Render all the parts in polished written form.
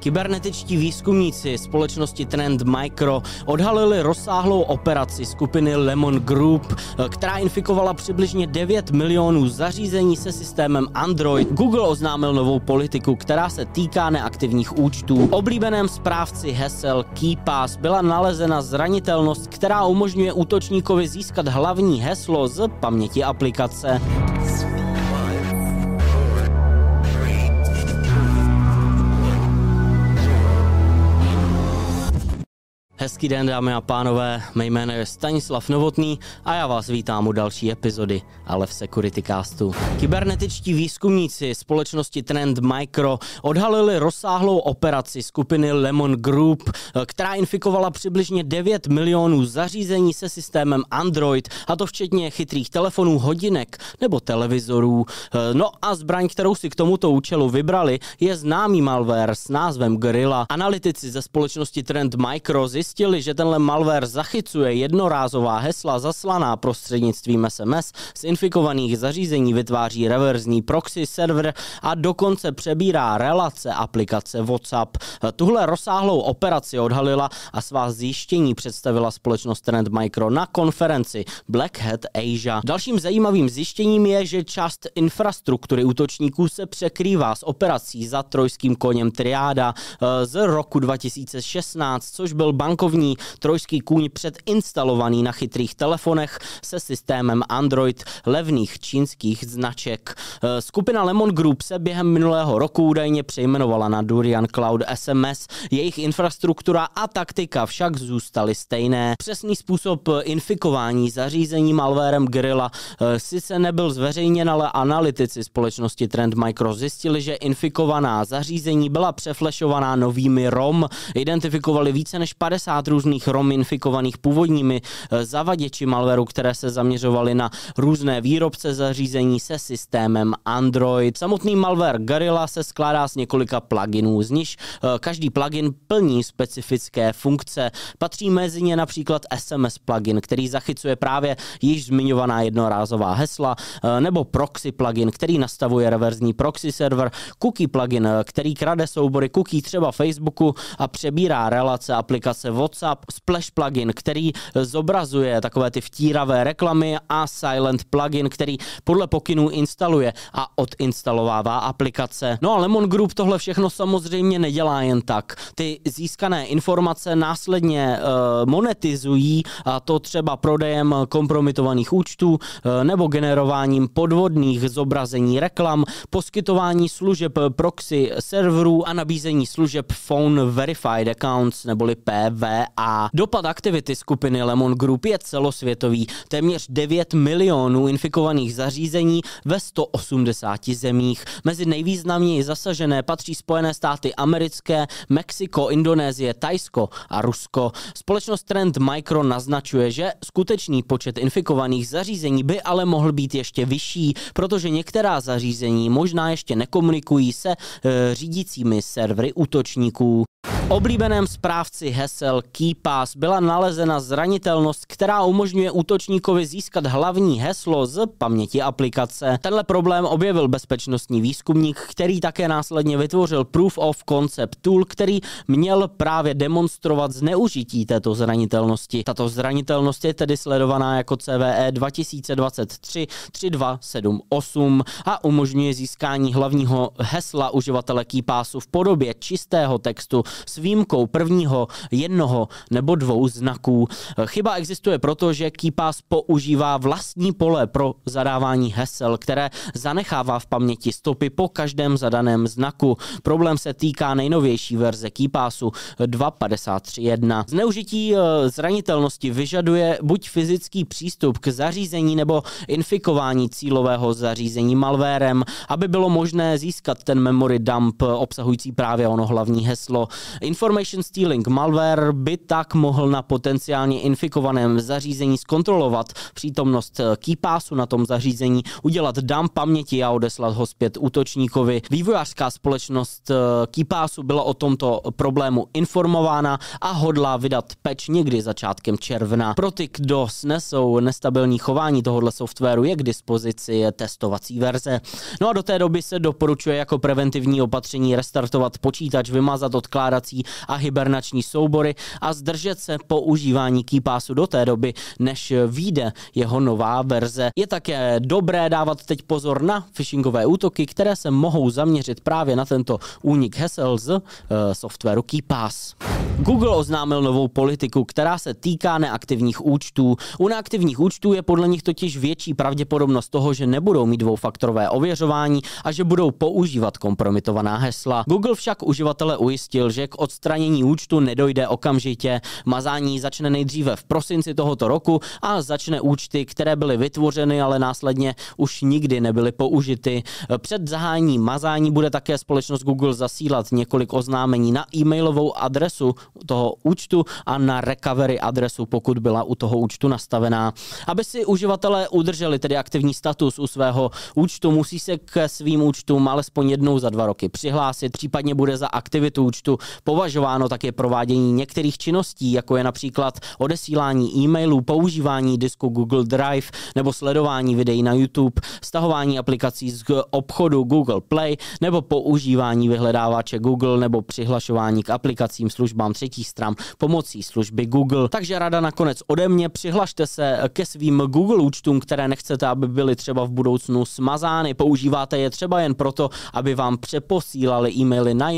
Kybernetičtí výzkumníci společnosti Trend Micro odhalili rozsáhlou operaci skupiny Lemon Group, která infikovala přibližně 9 milionů zařízení se systémem Android. Google oznámil novou politiku, která se týká neaktivních účtů. Oblíbeném správci hesel KeePass byla nalezena zranitelnost, která umožňuje útočníkovi získat hlavní heslo z paměti aplikace. Hezký den, dámy a pánové, mé jméno je Stanislav Novotný a já vás vítám u další epizody Ale v Securitycastu. Kybernetičtí výzkumníci společnosti Trend Micro odhalili rozsáhlou operaci skupiny Lemon Group, která infikovala přibližně 9 milionů zařízení se systémem Android, a to včetně chytrých telefonů, hodinek nebo televizorů. No a zbraň, kterou si k tomuto účelu vybrali, je známý malware s názvem Guerrilla. Analytici ze společnosti Trend Micro zjistili, že tenhle malware zachycuje jednorázová hesla zaslaná prostřednictvím SMS z infikovaných zařízení, vytváří reverzní proxy server a dokonce přebírá relace aplikace WhatsApp. Tuhle rozsáhlou operaci odhalila a svá zjištění představila společnost Trend Micro na konferenci Black Hat Asia. Dalším zajímavým zjištěním je, že část infrastruktury útočníků se překrývá s operací za trojským koněm Triáda z roku 2016, což byl bankovní trojský kůň předinstalovaný na chytrých telefonech se systémem Android levných čínských značek. Skupina Lemon Group se během minulého roku údajně přejmenovala na Durian Cloud SMS. Jejich infrastruktura a taktika však zůstaly stejné. Přesný způsob infikování zařízení malwarem Guerrilla sice nebyl zveřejněn, ale analytici společnosti Trend Micro zjistili, že infikovaná zařízení byla přeflešovaná novými ROM. Identifikovali více než 50 různých ROM infikovaných původními zavaděči malwareu, které se zaměřovaly na různé výrobce zařízení se systémem Android. Samotný malware Guerrilla se skládá z několika pluginů, z nichž každý plugin plní specifické funkce. Patří mezi ně například SMS plugin, který zachycuje právě již zmiňovaná jednorázová hesla, nebo proxy plugin, který nastavuje reverzní proxy server, cookie plugin, který krade soubory cookie třeba Facebooku a přebírá relace aplikace WhatsApp, Splash plugin, který zobrazuje takové ty vtíravé reklamy, a Silent plugin, který podle pokynů instaluje a odinstalovává aplikace. No a Lemon Group tohle všechno samozřejmě nedělá jen tak. Ty získané informace následně monetizují, a to třeba prodejem kompromitovaných účtů nebo generováním podvodných zobrazení reklam, poskytování služeb proxy serverů a nabízení služeb Phone Verified Accounts neboli PVA. Dopad aktivity skupiny Lemon Group je celosvětový. Téměř 9 milionů infikovaných zařízení ve 180 zemích. Mezi nejvýznamněji zasažené patří Spojené státy americké, Mexiko, Indonésie, Thajsko a Rusko. Společnost Trend Micro naznačuje, že skutečný počet infikovaných zařízení by ale mohl být ještě vyšší, protože některá zařízení možná ještě nekomunikují se řídícími servery útočníků. Oblíbeném správci hesel KeePass byla nalezena zranitelnost, která umožňuje útočníkovi získat hlavní heslo z paměti aplikace. Tenhle problém objevil bezpečnostní výzkumník, který také následně vytvořil Proof of Concept tool, který měl právě demonstrovat zneužití této zranitelnosti. Tato zranitelnost je tedy sledovaná jako CVE 2023-3278 a umožňuje získání hlavního hesla uživatele KeePassu v podobě čistého textu s výjimkou prvního, jednoho nebo dvou znaků. Chyba existuje proto, že KeePass používá vlastní pole pro zadávání hesel, které zanechává v paměti stopy po každém zadaném znaku. Problém se týká nejnovější verze KeePassu 2.53.1. Zneužití zranitelnosti vyžaduje buď fyzický přístup k zařízení nebo infikování cílového zařízení malwarem, aby bylo možné získat ten memory dump obsahující právě ono hlavní heslo. Information stealing malware by tak mohl na potenciálně infikovaném zařízení zkontrolovat přítomnost KeePassu na tom zařízení, udělat dump paměti a odeslat ho zpět útočníkovi. Vývojářská společnost KeePassu byla o tomto problému informována a hodlá vydat patch někdy začátkem června. Pro ty, kdo snesou nestabilní chování tohoto softwaru, je k dispozici testovací verze. No a do té doby se doporučuje jako preventivní opatření restartovat počítač, vymazat odkládací a hibernační soubory a zdržet se používání KeePassu do té doby, než vyjde jeho nová verze. Je také dobré dávat teď pozor na phishingové útoky, které se mohou zaměřit právě na tento únik hesel z softwaru KeePass. Google oznámil novou politiku, která se týká neaktivních účtů. U neaktivních účtů je podle nich totiž větší pravděpodobnost toho, že nebudou mít dvoufaktorové ověřování a že budou používat kompromitovaná hesla. Google však uživatele ujistil, že k odstranění účtu nedojde okamžitě. Mazání začne nejdříve v prosinci tohoto roku a začne účty, které byly vytvořeny, ale následně už nikdy nebyly použity. Před zahájením mazání bude také společnost Google zasílat několik oznámení na e-mailovou adresu toho účtu a na recovery adresu, pokud byla u toho účtu nastavená. Aby si uživatelé udrželi tedy aktivní status u svého účtu, musí se k svým účtům alespoň jednou za 2 roky přihlásit, případně bude za aktivitu účtu považováno také provádění některých činností, jako je například odesílání e-mailů, používání disku Google Drive nebo sledování videí na YouTube, stahování aplikací z obchodu Google Play nebo používání vyhledávače Google nebo přihlašování k aplikacím, službám třetích stran pomocí služby Google. Takže rada nakonec ode mě, přihlašte se ke svým Google účtům, které nechcete, aby byly třeba v budoucnu smazány. Používáte je třeba jen proto, aby vám přeposílali e-maily na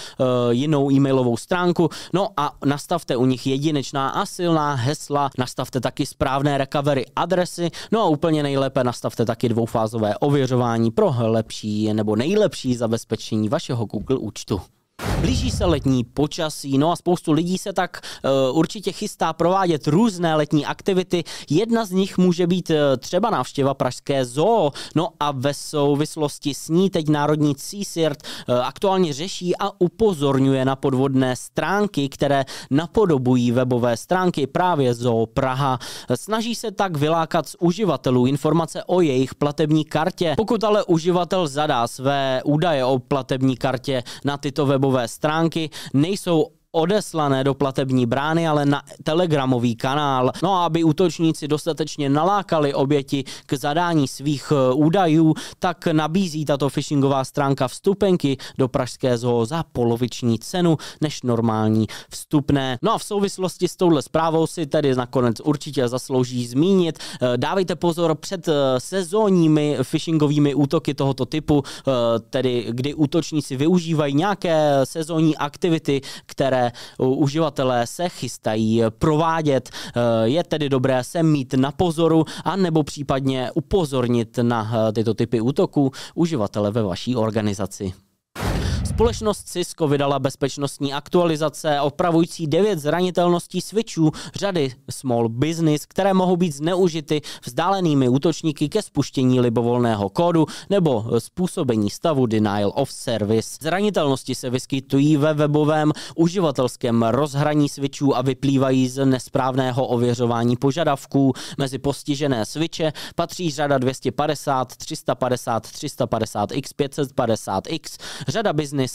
jinou e-mailovou stránku. No a nastavte u nich jedinečná a silná hesla, nastavte taky správné recovery adresy, no a úplně nejlépe nastavte taky dvoufázové ověřování pro lepší nebo nejlepší zabezpečení vašeho Google účtu. Blíží se letní počasí, no a spoustu lidí se tak určitě chystá provádět různé letní aktivity. Jedna z nich může být třeba návštěva pražské zoo. No a ve souvislosti s ní teď Národní CSIRT aktuálně řeší a upozorňuje na podvodné stránky, které napodobují webové stránky právě Zoo Praha. Snaží se tak vylákat z uživatelů informace o jejich platební kartě. Pokud ale uživatel zadá své údaje o platební kartě na tyto webové stránky, nejsou odeslané do platební brány, ale na telegramový kanál. No a aby útočníci dostatečně nalákali oběti k zadání svých údajů, tak nabízí tato phishingová stránka vstupenky do pražské zoo za poloviční cenu než normální vstupné. No a v souvislosti s touhle zprávou si tedy nakonec určitě zaslouží zmínit. Dávejte pozor před sezónními phishingovými útoky tohoto typu, tedy kdy útočníci využívají nějaké sezónní aktivity, které uživatelé se chystají provádět. Je tedy dobré se mít na pozoru a nebo případně upozornit na tyto typy útoků uživatele ve vaší organizaci. Společnost Cisco vydala bezpečnostní aktualizace opravující 9 zranitelností switchů řady small business, které mohou být zneužity vzdálenými útočníky ke spuštění libovolného kódu nebo způsobení stavu denial of service. Zranitelnosti se vyskytují ve webovém uživatelském rozhraní switchů a vyplývají z nesprávného ověřování požadavků. Mezi postižené switche patří řada 250, 350, 350X, 550X, řada business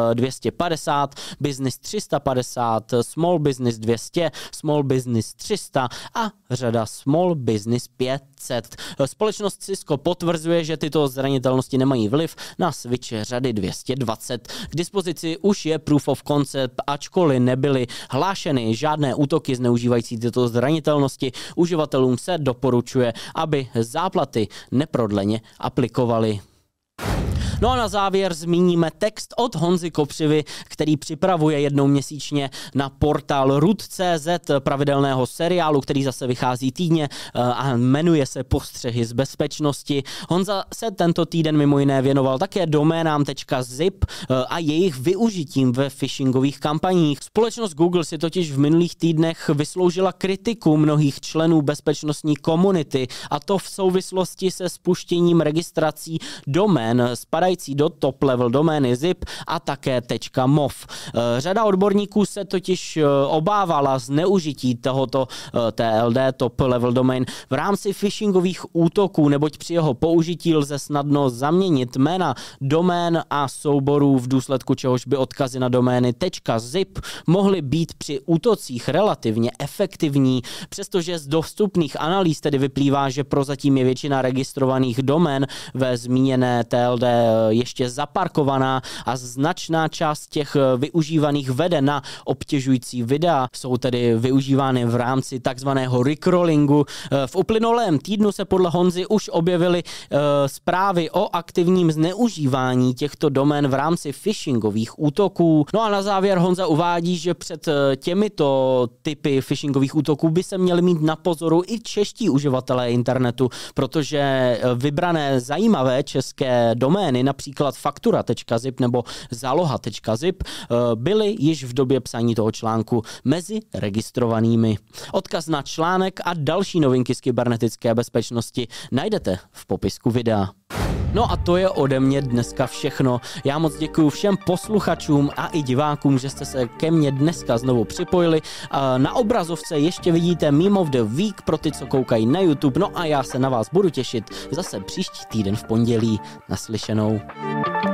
250, business 350, small business 200, small business 300 a řada small business 500. Společnost Cisco potvrzuje, že tyto zranitelnosti nemají vliv na switche řady 220. K dispozici už je proof of concept, ačkoliv nebyly hlášeny žádné útoky zneužívající tyto zranitelnosti, uživatelům se doporučuje, aby záplaty neprodleně aplikovali. No a na závěr zmíníme text od Honzy Kopřivy, který připravuje jednou měsíčně na portál Root.cz pravidelného seriálu, který zase vychází týdně a jmenuje se Postřehy z bezpečnosti. Honza se tento týden mimo jiné věnoval také doménám .zip a jejich využitím ve phishingových kampaních. Společnost Google si totiž v minulých týdnech vysloužila kritiku mnohých členů bezpečnostní komunity, a to v souvislosti se spuštěním registrací domén spadajících spadající do top level domény zip a také .mov. Řada odborníků se totiž obávala zneužití tohoto TLD, top level domain, v rámci phishingových útoků, neboť při jeho použití lze snadno zaměnit jména domén a souborů, v důsledku čehož by odkazy na domény .zip mohly být při útocích relativně efektivní, přestože z dostupných analýz tedy vyplývá, že prozatím je většina registrovaných domén ve zmíněné TLD ještě zaparkovaná a značná část těch využívaných vede na obtěžující videa, jsou tedy využívány v rámci takzvaného rickrollingu. V uplynulém týdnu se podle Honzy už objevily zprávy o aktivním zneužívání těchto domén v rámci phishingových útoků. No a na závěr Honza uvádí, že před těmito typy phishingových útoků by se měli mít na pozoru i čeští uživatelé internetu, protože vybrané zajímavé české domény, například faktura.zip nebo zaloha.zip, byly již v době psaní toho článku mezi registrovanými. Odkaz na článek a další novinky z kybernetické bezpečnosti najdete v popisku videa. No a to je ode mě dneska všechno. Já moc děkuji všem posluchačům a i divákům, že jste se ke mně dneska znovu připojili. Na obrazovce ještě vidíte Meme of the Week pro ty, co koukají na YouTube. No a já se na vás budu těšit zase příští týden v pondělí. Naslyšenou.